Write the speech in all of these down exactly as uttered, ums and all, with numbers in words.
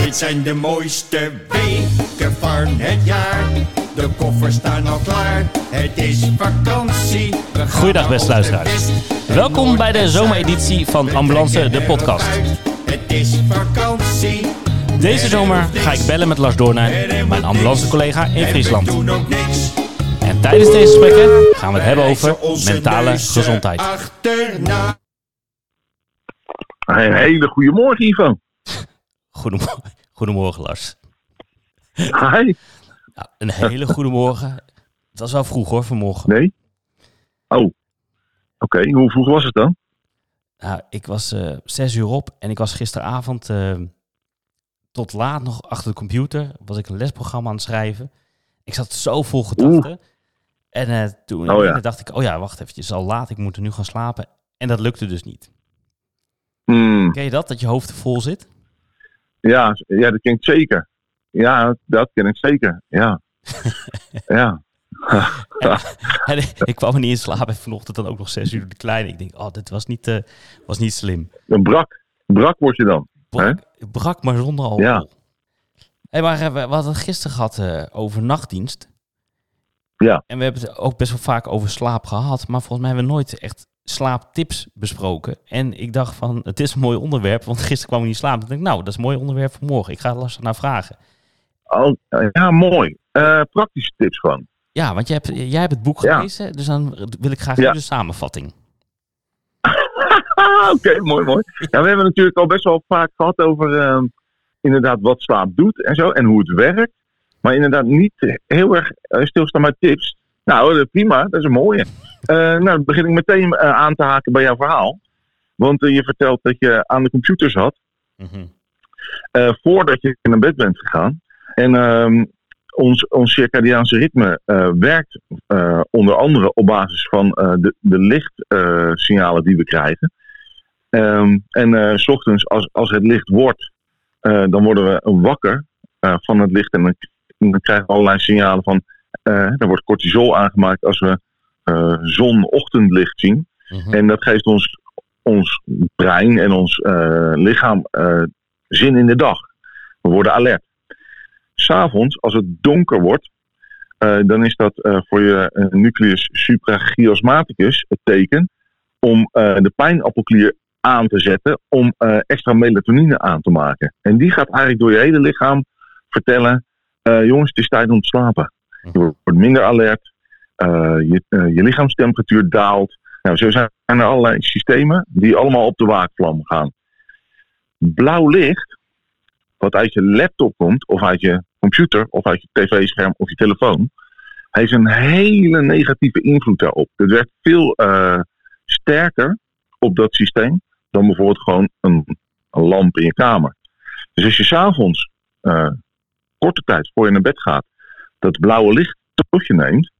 Dit zijn de mooiste weken van het jaar. De koffers staan al klaar. Het is vakantie. Goeiedag beste luisteraars. Welkom bij de zomereditie van Ambulance, de podcast. Het is vakantie. Deze zomer ga ik bellen met Lars Doornijn, mijn ambulancecollega in Friesland. En tijdens deze gesprekken gaan we het hebben over mentale gezondheid. Een hele goede morgen, Ivan. Goedemorgen, goedemorgen Lars. Hi. Nou, een hele goede morgen. Het was wel vroeg hoor, vanmorgen. Nee? Oh. Oké, okay. Hoe vroeg was het dan? Nou, ik was uh, zes uur op en ik was gisteravond uh, tot laat nog achter de computer. Was ik een lesprogramma aan het schrijven. Ik zat zo vol gedachten. Oeh. En uh, toen oh, ja. dacht ik, oh ja, wacht even, het is al laat, ik moet er nu gaan slapen. En dat lukte dus niet. Mm. Ken je dat, dat je hoofd vol zit? Ja, ja, dat ken ik zeker. Ja, dat ken ik zeker, ja. ja. en, en ik kwam er niet in slaap en vanochtend dan ook nog zes uur de kleine. Ik denk, oh, dit was niet, uh, was niet slim. Een brak. Brak word je dan. Brak, brak maar zonder alcohol. Ja. Hey, maar we, we hadden het gisteren gehad uh, over nachtdienst. Ja. En we hebben het ook best wel vaak over slaap gehad. Maar volgens mij hebben we nooit echt slaaptips besproken. En ik dacht van, het is een mooi onderwerp. Want gisteren kwam ik niet slapen. Ik dacht, nou, dat is een mooi onderwerp voor morgen. Ik ga er lastig naar vragen. Oh, ja, mooi. Uh, praktische tips gewoon. Ja, want jij hebt, jij hebt het boek ja. gelezen. Dus dan wil ik graag ja. de samenvatting. Oké, okay, mooi, mooi. Ja, we hebben natuurlijk al best wel vaak gehad over uh, inderdaad wat slaap doet en zo. En hoe het werkt. Maar inderdaad niet heel erg uh, stilstaan bij tips. Nou, prima. Dat is een mooie. Uh, nou, dan begin ik meteen uh, aan te haken bij jouw verhaal. Want uh, je vertelt dat je aan de computer zat. Mm-hmm. Uh, voordat je naar bed bent gegaan. En uh, ons, ons circadiaanse ritme uh, werkt uh, onder andere op basis van uh, de, de lichtsignalen uh, die we krijgen. Um, en uh, 's ochtends, als, als het licht wordt, uh, dan worden we wakker uh, van het licht. En dan, dan krijgen we allerlei signalen van, uh, er wordt cortisol aangemaakt als we uh, zon-ochtendlicht zien. Mm-hmm. En dat geeft ons, ons brein en ons uh, lichaam uh, zin in de dag. We worden alert. 'S Avonds, als het donker wordt, uh, dan is dat uh, voor je uh, nucleus suprachiasmaticus het teken om uh, de pijnappelklier aan te zetten om uh, extra melatonine aan te maken. En die gaat eigenlijk door je hele lichaam vertellen, uh, jongens, het is tijd om te slapen. Je wordt minder alert, uh, je, uh, je lichaamstemperatuur daalt. Nou, zo zijn er allerlei systemen die allemaal op de waakvlam gaan. Blauw licht, wat uit je laptop komt, of uit je computer, of uit je tv-scherm, of je telefoon, heeft een hele negatieve invloed daarop. Het werkt veel uh, sterker op dat systeem dan bijvoorbeeld gewoon een, een lamp in je kamer. Dus als je 's avonds, uh, korte tijd voor je naar bed gaat, dat blauwe licht tot je neemt,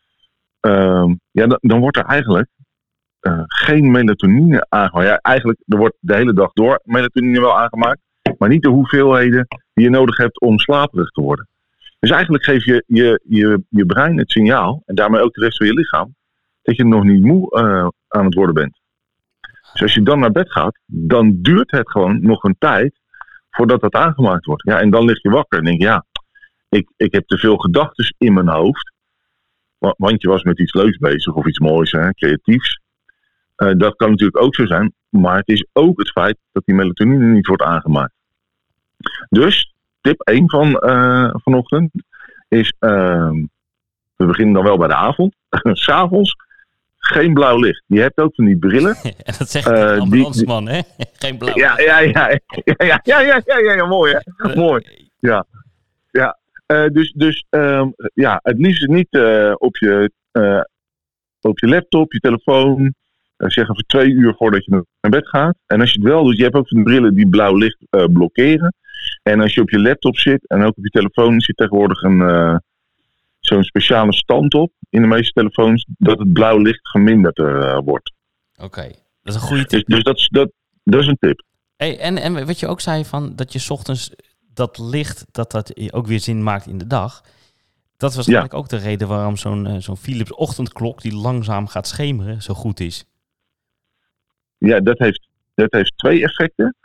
uh, ja, dan, dan wordt er eigenlijk uh, geen melatonine aangemaakt. Ja, eigenlijk, er wordt de hele dag door melatonine wel aangemaakt, maar niet de hoeveelheden die je nodig hebt om slaperig te worden. Dus eigenlijk geef je je, je je brein het signaal, en daarmee ook de rest van je lichaam, dat je nog niet moe uh, aan het worden bent. Dus als je dan naar bed gaat, dan duurt het gewoon nog een tijd voordat dat aangemaakt wordt. Ja, en dan lig je wakker en denk je, ja, ik, ik heb te veel gedachten in mijn hoofd. Want je was met iets leuks bezig of iets moois, hè, creatiefs. Uh, dat kan natuurlijk ook zo zijn, maar het is ook het feit dat die melatonine niet wordt aangemaakt. Dus, tip één van uh, vanochtend is, uh, we beginnen dan wel bij de avond. 'S Avonds geen blauw licht. Je hebt ook van die brillen. En dat zegt uh, een ambulanceman, hè? Geen blauw ja, ja, ja, ja, ja, ja, ja, ja, ja, ja, mooi hè. Mooi. Ja. Ja. Uh, dus, dus um, ja, het liefst niet uh, op, je, uh, op je laptop, je telefoon. Uh, zeg even twee uur voordat je naar bed gaat. En als je het wel doet, je hebt ook van die brillen die blauw licht uh, blokkeren. En als je op je laptop zit en ook op je telefoon zit tegenwoordig een, uh, zo'n speciale stand op in de meeste telefoons, dat het blauw licht geminderd uh, wordt. Oké, okay. Dat is een goede tip. Dus, dus dat, dat, dat is een tip. Hey, en, en wat je ook zei, van dat je 's ochtends dat licht, dat dat ook weer zin maakt in de dag. Dat was eigenlijk ja. ook de reden waarom zo'n, uh, zo'n Philips ochtendklok die langzaam gaat schemeren zo goed is. Ja, dat heeft, dat heeft twee effecten.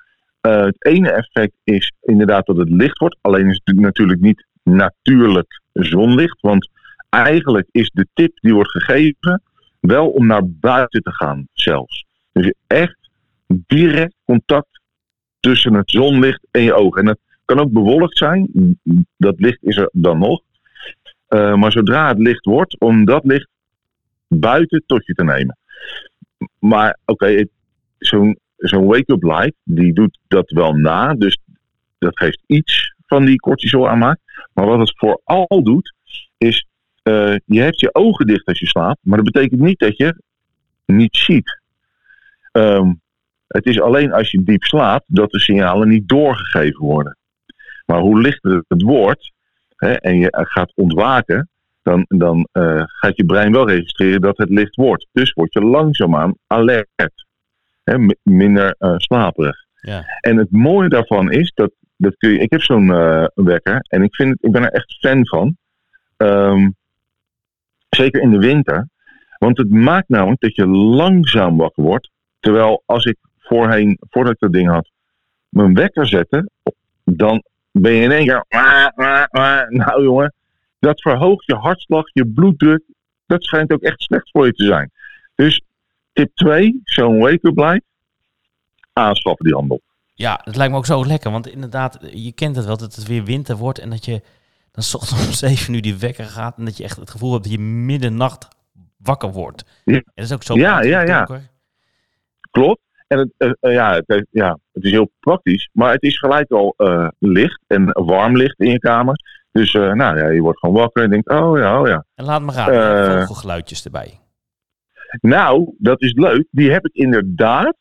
Uh, het ene effect is inderdaad dat het licht wordt. Alleen is het natuurlijk niet natuurlijk zonlicht. Want eigenlijk is de tip die wordt gegeven wel om naar buiten te gaan zelfs. Dus echt direct contact tussen het zonlicht en je ogen. En dat kan ook bewolkt zijn. Dat licht is er dan nog. Uh, maar zodra het licht wordt, om dat licht buiten tot je te nemen. Maar oké, okay, zo'n, zo'n wake-up light, die doet dat wel na. Dus dat geeft iets van die cortisol aanmaak. Maar wat het vooral doet, is uh, je hebt je ogen dicht als je slaapt. Maar dat betekent niet dat je niet ziet. Um, het is alleen als je diep slaapt dat de signalen niet doorgegeven worden. Maar hoe lichter het wordt, hè, en je gaat ontwaken, dan, dan uh, gaat je brein wel registreren dat het licht wordt. Dus word je langzaamaan alert. Hè, m- minder uh, slaperig. Ja. En het mooie daarvan is, dat, dat kun je, ik heb zo'n uh, wekker en ik, vind het, ik ben er echt fan van. Um, zeker in de winter. Want het maakt namelijk dat je langzaam wakker wordt. Terwijl als ik voorheen, voordat ik dat ding had, mijn wekker zette, dan ben je in één keer... Nou jongen, dat verhoogt je hartslag, je bloeddruk. Dat schijnt ook echt slecht voor je te zijn. Dus tip twee, zo'n wake-up light, aanschaffen die handel. Ja, het lijkt me ook zo lekker. Want inderdaad, je kent het wel, dat het weer winter wordt en dat je dan 's ochtends om zeven uur die wekker gaat en dat je echt het gevoel hebt dat je middernacht wakker wordt. Ja. En dat is ook zo ja, ja, ja. donker. Klopt. En het, uh, uh, ja, het, heeft, ja, het is heel praktisch, maar het is gelijk al uh, licht en warm licht in je kamer. Dus uh, nou ja, je wordt gewoon wakker en denkt, oh ja, oh ja. En laat me gaan, Uh, vogelgeluidjes erbij. Nou, dat is leuk. Die heb ik inderdaad.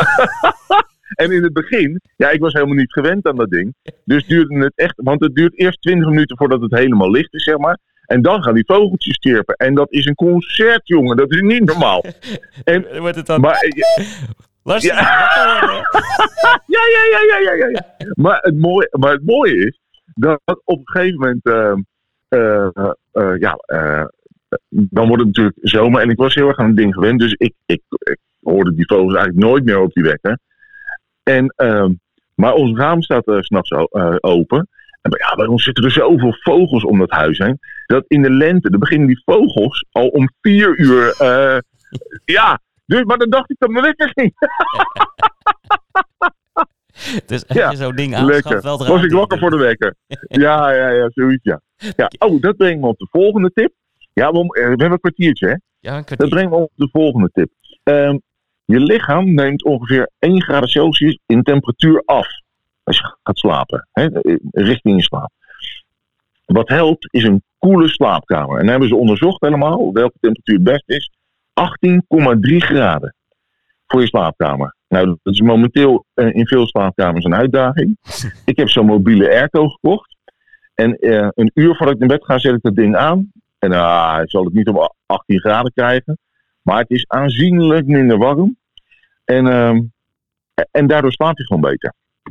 En in het begin, ja, ik was helemaal niet gewend aan dat ding. Dus duurde het echt, want het duurt eerst twintig minuten voordat het helemaal licht is, zeg maar. En dan gaan die vogeltjes chirpen. En dat is een concert, jongen. Dat is niet normaal. En, Wordt het dan... maar, uh, Lars, ja. ja, ja, ja, ja, ja, ja. Maar het mooie, maar het mooie is dat op een gegeven moment, uh, uh, uh, ja, uh, dan wordt het natuurlijk zomer. En ik was heel erg aan het ding gewend. Dus ik, ik, ik hoorde die vogels eigenlijk nooit meer op die wekker. En, uh, maar ons raam staat uh, 's nachts uh, open. En bij, ja, bij ons zitten er zoveel vogels om dat huis heen. Dat in de lente, dan beginnen die vogels al om vier uur. Uh, ja, dus, maar dan dacht ik dat mijn wekker ging. Dus als ja, je zo'n ding aanschaft, wel was ik wakker voor de wekker. Ja, ja, ja, zoiets, ja. ja. Oh, dat brengt me op de volgende tip. Ja, we, we hebben een kwartiertje, hè? Ja, een kwartier. Dat brengt me op de volgende tip. Um, je lichaam neemt ongeveer één graden Celsius in temperatuur af. Als je gaat slapen, hè, richting je slaap. Wat helpt is een koele slaapkamer. En dan hebben ze onderzocht helemaal welke temperatuur het best is. achttien komma drie graden voor je slaapkamer. Nou, dat is momenteel uh, in veel slaapkamers een uitdaging. Ik heb zo'n mobiele airco gekocht. En uh, een uur voordat ik naar bed ga, zet ik dat ding aan. En uh, ik zal het niet om achttien graden krijgen. Maar het is aanzienlijk minder warm. En, uh, en daardoor slaap je gewoon beter.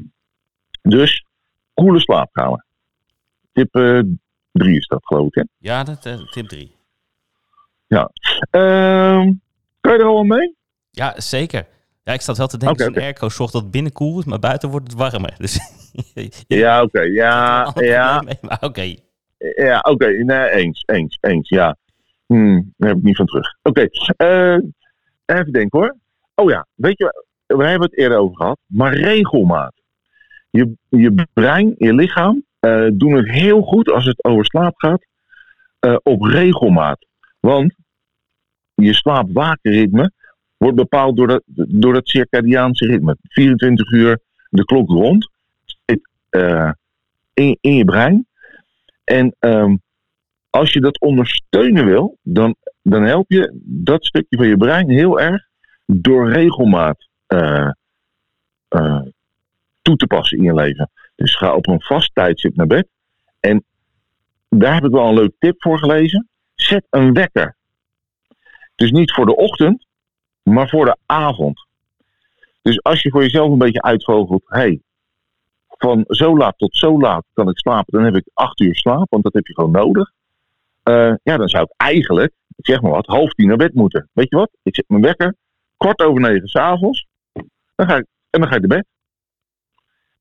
Dus, koele slaapkamer. Tip drie uh, is dat, geloof ik, hè? Ja, dat, uh, tip drie. Ja. Uh, kan je er al aan mee? Ja, zeker. Ja, ik zat wel te denken, okay, zo'n okay. airco zorgt dat het binnen koel is, maar buiten wordt het warmer. Dus ja, oké. Okay. Ja, ja. Oké. Okay. Ja, oké. Okay. Nee, eens, eens, eens, ja. Hmm, daar heb ik niet van terug. Oké. Okay. Uh, even denken, hoor. Oh ja, weet je, we hebben het eerder over gehad, maar regelmaat. Je, je brein, je lichaam, uh, doen het heel goed als het over slaap gaat, uh, op regelmaat. Want je slaap-wakenritme wordt bepaald door dat, door dat circadiaanse ritme. vierentwintig uur de klok rond zit uh, in, in je brein. En um, als je dat ondersteunen wil, dan, dan help je dat stukje van je brein heel erg door regelmaat uh, uh, toe te passen in je leven. Dus ga op een vast tijdstip naar bed. En daar heb ik wel een leuk tip voor gelezen. Zet een wekker. Dus niet voor de ochtend, maar voor de avond. Dus als je voor jezelf een beetje uitvogelt, hey, van zo laat tot zo laat kan ik slapen, dan heb ik acht uur slaap, want dat heb je gewoon nodig. Uh, ja, dan zou ik eigenlijk, ik zeg maar wat, half tien naar bed moeten. Weet je wat? Ik zet mijn wekker, kwart over negen 's avonds, dan ga ik, en dan ga ik naar bed.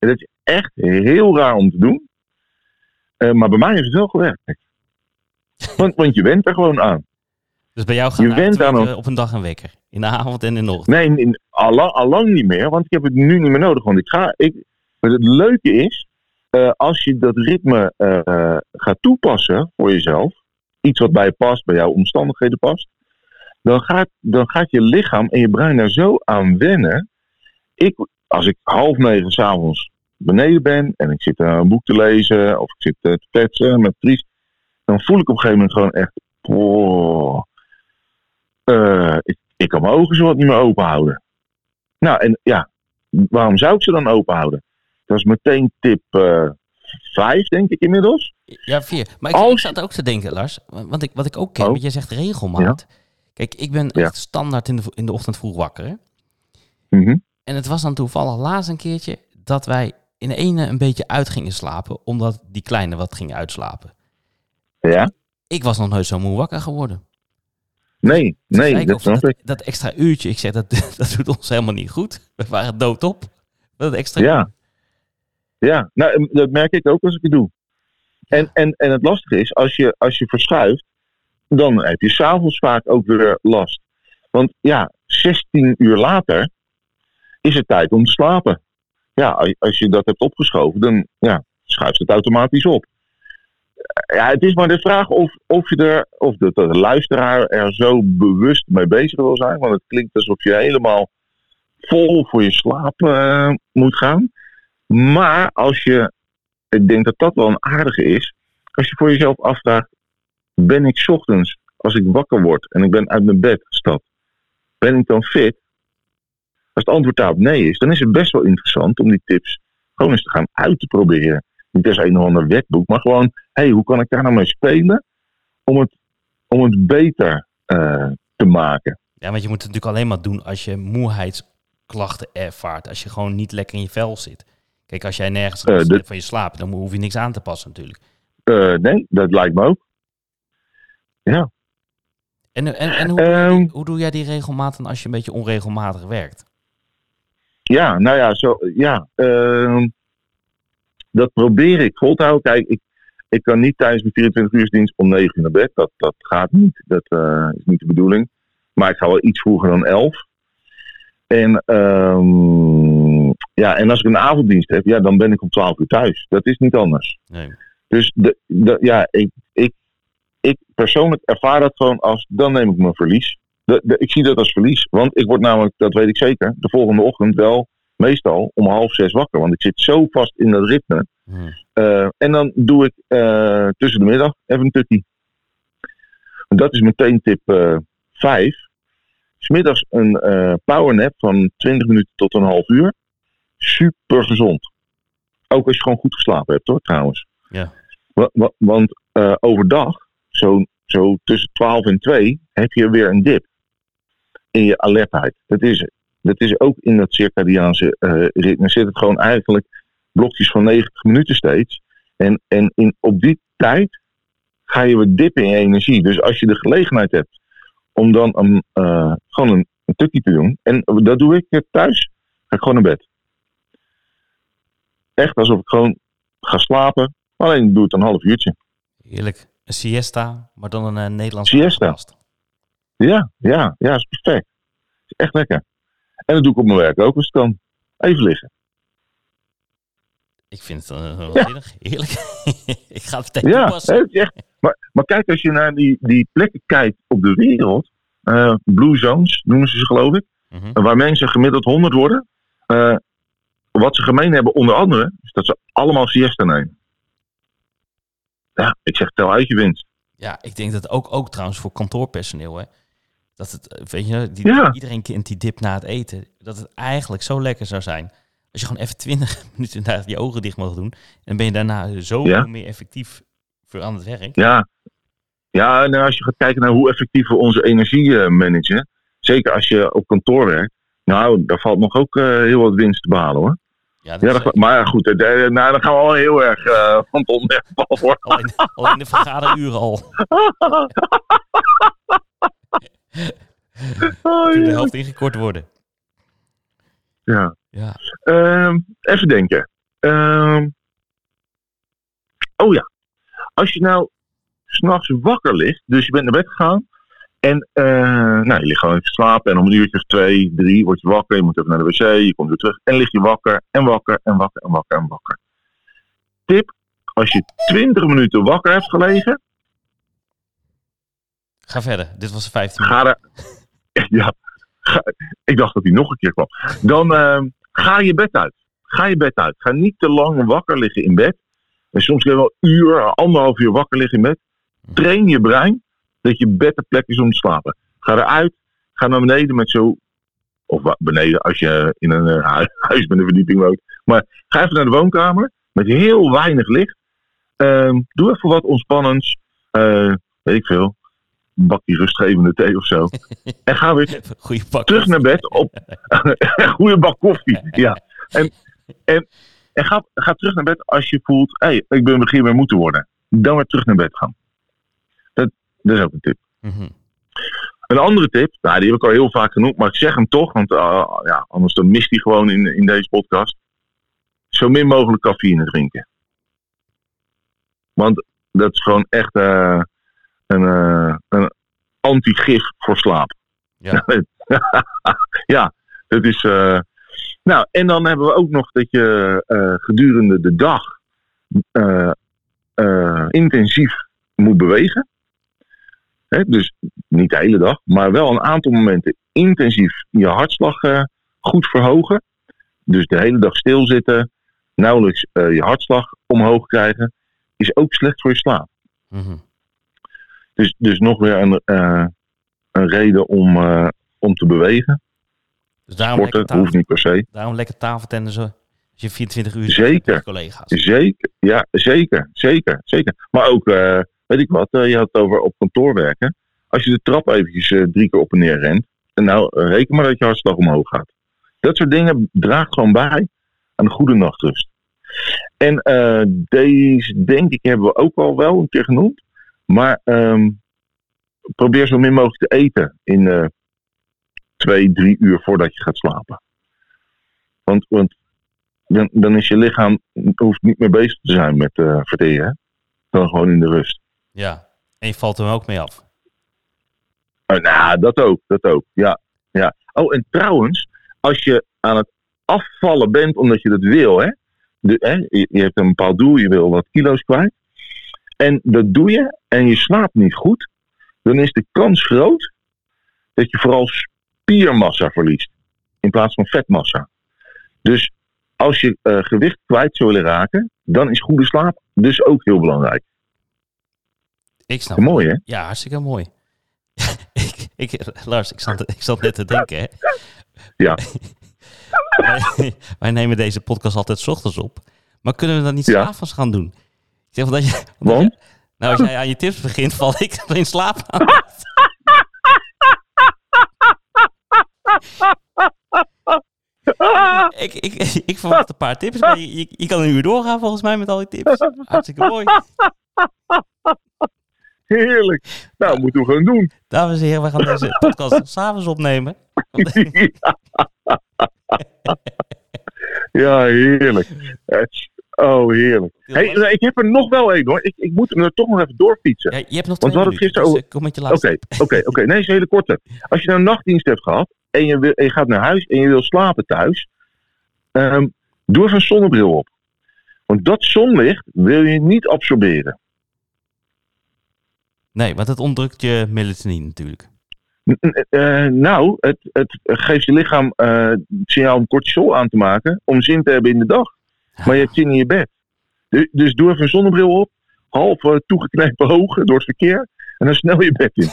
En dat is echt heel raar om te doen. Uh, maar bij mij heeft het wel gewerkt. Want, want je went er gewoon aan. Dus bij jou gaat je went aan een... op een dag een wekker? In de avond en in de ochtend? Nee, in, allang, allang niet meer. Want ik heb het nu niet meer nodig. Want ik ga... Ik, maar het leuke is... Uh, als je dat ritme uh, gaat toepassen voor jezelf... Iets wat bij je past, bij jouw omstandigheden past... Dan gaat, dan gaat je lichaam en je brein daar zo aan wennen. Ik, als ik half negen 's avonds beneden ben... en ik zit een boek te lezen... of ik zit uh, te kletsen met Tries... dan voel ik op een gegeven moment gewoon echt... Oh, uh, ik, ik kan mijn ogen zo wat niet meer open houden. Nou, en ja, waarom zou ik ze dan open houden? Dat is meteen tip uh, vijf, denk ik inmiddels. Ja, vier. Maar ik, Als... ik zat ook te denken, Lars, want ik, wat ik ook ken, oh. want jij zegt regelmaat. Ja. Kijk, ik ben ja. echt standaard in de, in de ochtend vroeg wakker. Hè? Mm-hmm. En het was dan toevallig laatst een keertje dat wij in de ene een beetje uit gingen slapen, omdat die kleine wat ging uitslapen. Ja? Ik was nog nooit zo moe wakker geworden. Nee, dus nee, dat snap dat, ik. Dat extra uurtje, ik zeg, dat, dat doet ons helemaal niet goed. We waren doodop. Dat extra ja. uur. Ja, nou, dat merk ik ook als ik het doe. En, en, en het lastige is, als je, als je verschuift, dan heb je 's avonds vaak ook weer last. Want ja, zestien uur later is het tijd om te slapen. Ja, als je dat hebt opgeschoven, dan ja, schuift het automatisch op. Ja, het is maar de vraag of, of, je er, of de, de luisteraar er zo bewust mee bezig wil zijn. Want het klinkt alsof je helemaal vol voor je slaap uh, moet gaan. Maar als je, ik denk dat dat wel een aardige is. Als je voor jezelf afvraagt, ben ik 's ochtends, als ik wakker word en ik ben uit mijn bed gestapt, ben ik dan fit? Als het antwoord daarop nee is, dan is het best wel interessant om die tips gewoon eens te gaan uit te proberen. Niet als een of ander wetboek, maar gewoon, hé, hey, hoe kan ik daar nou mee spelen om het, om het beter uh, te maken? Ja, want je moet het natuurlijk alleen maar doen als je moeheidsklachten ervaart. Als je gewoon niet lekker in je vel zit. Kijk, als jij nergens uh, de... van je slaap, dan hoef je niks aan te passen natuurlijk. Uh, nee, dat lijkt me ook. Ja. En, en, en hoe, um, doe die, hoe doe jij die regelmaat dan als je een beetje onregelmatig werkt? Ja, nou ja, zo, ja uh, dat probeer ik vol te houden. Kijk, ik, ik kan niet tijdens mijn vierentwintig uursdienst om negen uur naar bed. Dat, dat gaat niet. Dat uh, is niet de bedoeling. Maar ik ga wel iets vroeger dan elf. En, um, ja, en als ik een avonddienst heb, ja, dan ben ik om twaalf uur thuis. Dat is niet anders. Nee. Dus de, de, ja, ik, ik, ik persoonlijk ervaar dat gewoon als, dan neem ik mijn verlies. De, de, ik zie dat als verlies. Want ik word namelijk, dat weet ik zeker, de volgende ochtend wel meestal om half zes wakker. Want ik zit zo vast in dat ritme. Hmm. Uh, en dan doe ik uh, tussen de middag even een tukkie. Dat is meteen tip uh, vijf. 'S middags een uh, powernap van twintig minuten tot een half uur. Super gezond. Ook als je gewoon goed geslapen hebt, hoor, trouwens. Ja. W- w- want uh, overdag, zo, zo tussen twaalf en twee, heb je weer een dip in je alertheid. Dat is, dat is ook in dat circadiaanse uh, ritme. Zit het gewoon eigenlijk blokjes van negentig minuten steeds. En, en in, op die tijd ga je weer dippen in je energie. Dus als je de gelegenheid hebt om dan een, uh, gewoon een, een tukkie te doen. En dat doe ik thuis. Ga ik gewoon naar bed. Echt alsof ik gewoon ga slapen. Alleen doe het een half uurtje. Heerlijk. Een siesta, maar dan een uh, Nederlandse siesta. Podcast. Ja, ja, ja, is perfect. Is echt lekker. En dat doe ik op mijn werk ook als het kan. Even liggen. Ik vind het uh, wel ja. heerlijk. heerlijk. Ik ga het meteen ja, toepassen. Het is echt. Maar, maar kijk, als je naar die, die plekken kijkt op de wereld. Uh, Blue Zones noemen ze ze, geloof ik. Mm-hmm. Waar mensen gemiddeld honderd worden. Uh, wat ze gemeen hebben, onder andere, is dat ze allemaal siesta nemen. Ja, ik zeg, tel uit je winst. Ja, ik denk dat ook, ook trouwens voor kantoorpersoneel, hè. Dat het, weet je, die, ja. iedereen kent die dip na het eten. Dat het eigenlijk zo lekker zou zijn. Als je gewoon even twintig minuten daar je ogen dicht mag doen. En ben je daarna zoveel ja. meer effectief voor aan het werk. Ja, ja, nou, als je gaat kijken naar hoe effectief we onze energie uh, managen. Zeker als je op kantoor werkt. Nou, daar valt nog ook uh, heel wat winst te behalen, hoor. Ja, ja, dat, maar ja, goed, uh, nou, dan gaan we al heel erg uh, van het onderweg vallen. Alleen, alleen de vergaderuren al. Oh, Kunnen de helft ingekort worden. Ja. ja. Uh, even denken. Uh, oh ja. Als je nou 's nachts wakker ligt, dus je bent naar bed gegaan. En uh, nou, je ligt gewoon even slapen. En om een uurtje of twee, drie word je wakker. Je moet even naar de wc, je komt weer terug. En lig je wakker en wakker en wakker en wakker en wakker. Tip, als je twintig minuten wakker hebt gelegen. Ga verder, dit was de vijftien minuten. Ga er, ja, ga, ik dacht dat hij nog een keer kwam. Dan uh, ga je bed uit. Ga je bed uit. Ga niet te lang wakker liggen in bed. En soms kun je wel een uur, anderhalf uur wakker liggen in bed. Train je brein dat je bed de plek is om te slapen. Ga eruit. Ga naar beneden met zo... Of beneden als je in een uh, huis met een verdieping woont. Maar ga even naar de woonkamer. Met heel weinig licht. Uh, doe even wat ontspannends. Uh, weet ik veel. Bak die rustgevende thee of zo. En ga weer Goeie bak terug naar bed. Op een goede bak koffie. Ja. En, en, en ga, ga terug naar bed als je voelt... Hé, hey, ik ben begin weer moeten worden. Dan weer terug naar bed gaan. Dat, dat is ook een tip. Mm-hmm. Een andere tip, nou, die heb ik al heel vaak genoemd, maar ik zeg hem toch, want uh, ja, anders dan mist hij gewoon in, in deze podcast. Zo min mogelijk cafeïne drinken. Want dat is gewoon echt uh, een, uh, een antigif voor slaap. Ja, ja, dat is... Uh, nou, en dan hebben we ook nog dat je uh, gedurende de dag uh, uh, intensief moet bewegen. He, dus niet de hele dag, maar wel een aantal momenten intensief je hartslag uh, goed verhogen. Dus de hele dag stilzitten, nauwelijks uh, je hartslag omhoog krijgen, is ook slecht voor je slaap. mm-hmm. Dus, dus nog weer een, uh, een reden om, uh, om te bewegen. Dus daarom Sporten lekker tafel, hoeft niet per se. Daarom lekker tafeltennissen als je vierentwintig uur Zeker. zit met collega's. Zeker, ja, zeker, zeker, zeker. Maar ook, uh, weet ik wat, uh, je had het over op kantoor werken. Als je de trap eventjes uh, drie keer op en neer rent, en nou, uh, reken maar dat je hartslag omhoog gaat. Dat soort dingen draagt gewoon bij aan een goede nachtrust. En uh, deze, denk ik, hebben we ook al wel een keer genoemd. Maar um, probeer zo min mogelijk te eten in uh, twee, drie uur voordat je gaat slapen. Want, want dan, dan is je lichaam, hoeft niet meer bezig te zijn met uh, verteren. Dan gewoon in de rust. Ja, en je valt er ook mee af. Uh, nou, dat ook, dat ook, ja, ja. Oh, en trouwens, als je aan het afvallen bent omdat je dat wil, hè, de, hè je, je hebt een bepaald doel, je wil wat kilo's kwijt, en dat doe je en je slaapt niet goed, dan is de kans groot dat je vooral spiermassa verliest, in plaats van vetmassa. Dus als je uh, gewicht kwijt zou willen raken, dan is goede slaap dus ook heel belangrijk. Ik snap Mooi, hè? Ja, hartstikke mooi. ik, ik, Lars, ik zat, ik zat net te denken, hè. Ja. wij, wij nemen deze podcast altijd 's ochtends op. Maar kunnen we dat niet 's Ja. avonds gaan doen? Ik zeg, dat je, Want? je, nou, als jij aan je tips begint, val ik in slaap aan. ik, ik, ik verwacht een paar tips, maar je, je, je kan een uur doorgaan volgens mij met al die tips. Hartstikke mooi. Heerlijk. Nou, moeten we gewoon doen. Dames en heren, we gaan deze podcast 's avonds opnemen. Ja, heerlijk. Oh, heerlijk. Hey, ik heb er nog wel één hoor. Ik, ik moet hem er toch nog even doorfietsen. Ja, je hebt nog Want twee we hadden minuten, het gisteren dus over... kom met je Oké, laatste. oké, oké. Nee, is een hele korte. Als je nou een nachtdienst hebt gehad en je, wil, en je gaat naar huis en je wil slapen thuis, um, doe even een zonnebril op. Want dat zonlicht wil je niet absorberen. Nee, want het onderdrukt je melatonine natuurlijk. Uh, nou, het, het geeft je lichaam uh, het signaal om cortisol aan te maken om zin te hebben in de dag. Maar je hebt zin in je bed. Dus, dus doe even een zonnebril op, half uh, toegeknepen ogen door het verkeer en dan snel je bed in.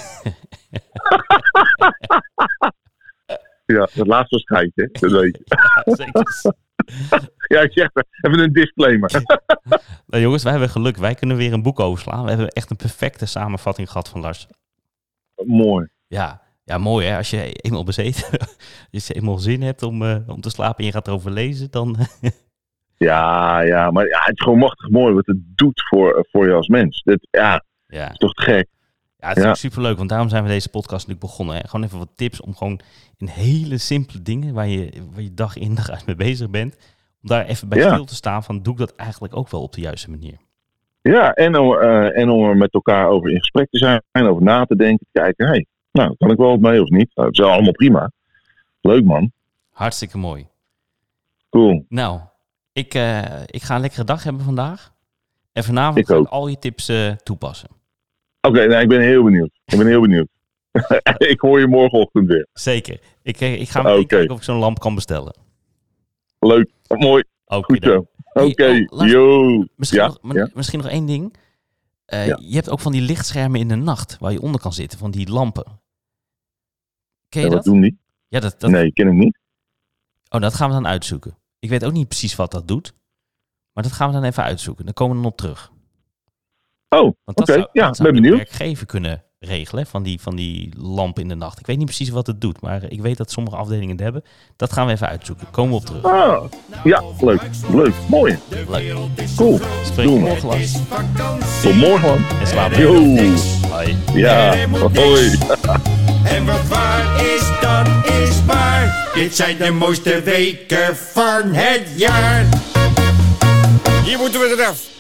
Ja, dat laatste was geitje, dat weet je. Ja, zeker. Ja, ik zeg er, even een disclaimer. Nou jongens, wij hebben geluk. Wij kunnen weer een boek overslaan. We hebben echt een perfecte samenvatting gehad van Lars. Mooi. Ja, ja mooi hè. Als je eenmaal bezeten, als je eenmaal zin hebt om, uh, om te slapen en je gaat erover lezen, dan... ja, ja, maar ja, het is gewoon machtig mooi wat het doet voor, voor je als mens. Dat, ja, ja, is toch te gek. Ja, het is ja. ook superleuk, want daarom zijn we deze podcast natuurlijk begonnen. Hè? Gewoon even wat tips om gewoon in hele simpele dingen, waar je, waar je dag in dag uit mee bezig bent, Om daar even bij Ja. stil te staan van, doe ik dat eigenlijk ook wel op de juiste manier? Ja, en om, uh, en om er met elkaar over in gesprek te zijn, over na te denken, te kijken, hé, hey, nou, kan ik wel wat mee of niet? Nou, dat is allemaal prima. Leuk, man. Hartstikke mooi. Cool. Nou, ik, uh, ik ga een lekkere dag hebben vandaag. En vanavond Ik ga ik ook. al je tips uh, toepassen. Oké, okay, nou, ik ben heel benieuwd. Ik ben heel benieuwd. Ik hoor je morgenochtend weer. Zeker. Ik, ik ga meteen okay. kijken of ik zo'n lamp kan bestellen. Leuk. Mooi. Okay, goed zo. Oké. Okay. Oh, Yo. Misschien, ja? nog, ja? misschien nog één ding. Uh, ja. Je hebt ook van die lichtschermen in de nacht waar je onder kan zitten. Van die lampen. Ken je ja, dat? Wat doen die? Ja, dat, dat... Nee, ken ik niet. Oh, dat gaan we dan uitzoeken. Ik weet ook niet precies wat dat doet. Maar dat gaan we dan even uitzoeken. Dan komen we dan op terug. Oh, oké. Okay. Ja, dat zou ben benieuwd. werkgever kunnen regelen van die, van die lamp in de nacht. Ik weet niet precies wat het doet, maar ik weet dat sommige afdelingen het hebben. Dat gaan we even uitzoeken. Komen we op terug. Ah, ja, leuk. Leuk. Mooi. Leuk. Cool. Spreek je morgen lang. Tot morgen, man. En slaap Yo. Hoi. Ja, hoi. En wat waar is, dan is waar. Dit zijn de mooiste weken van het jaar. Hier moeten we eraf.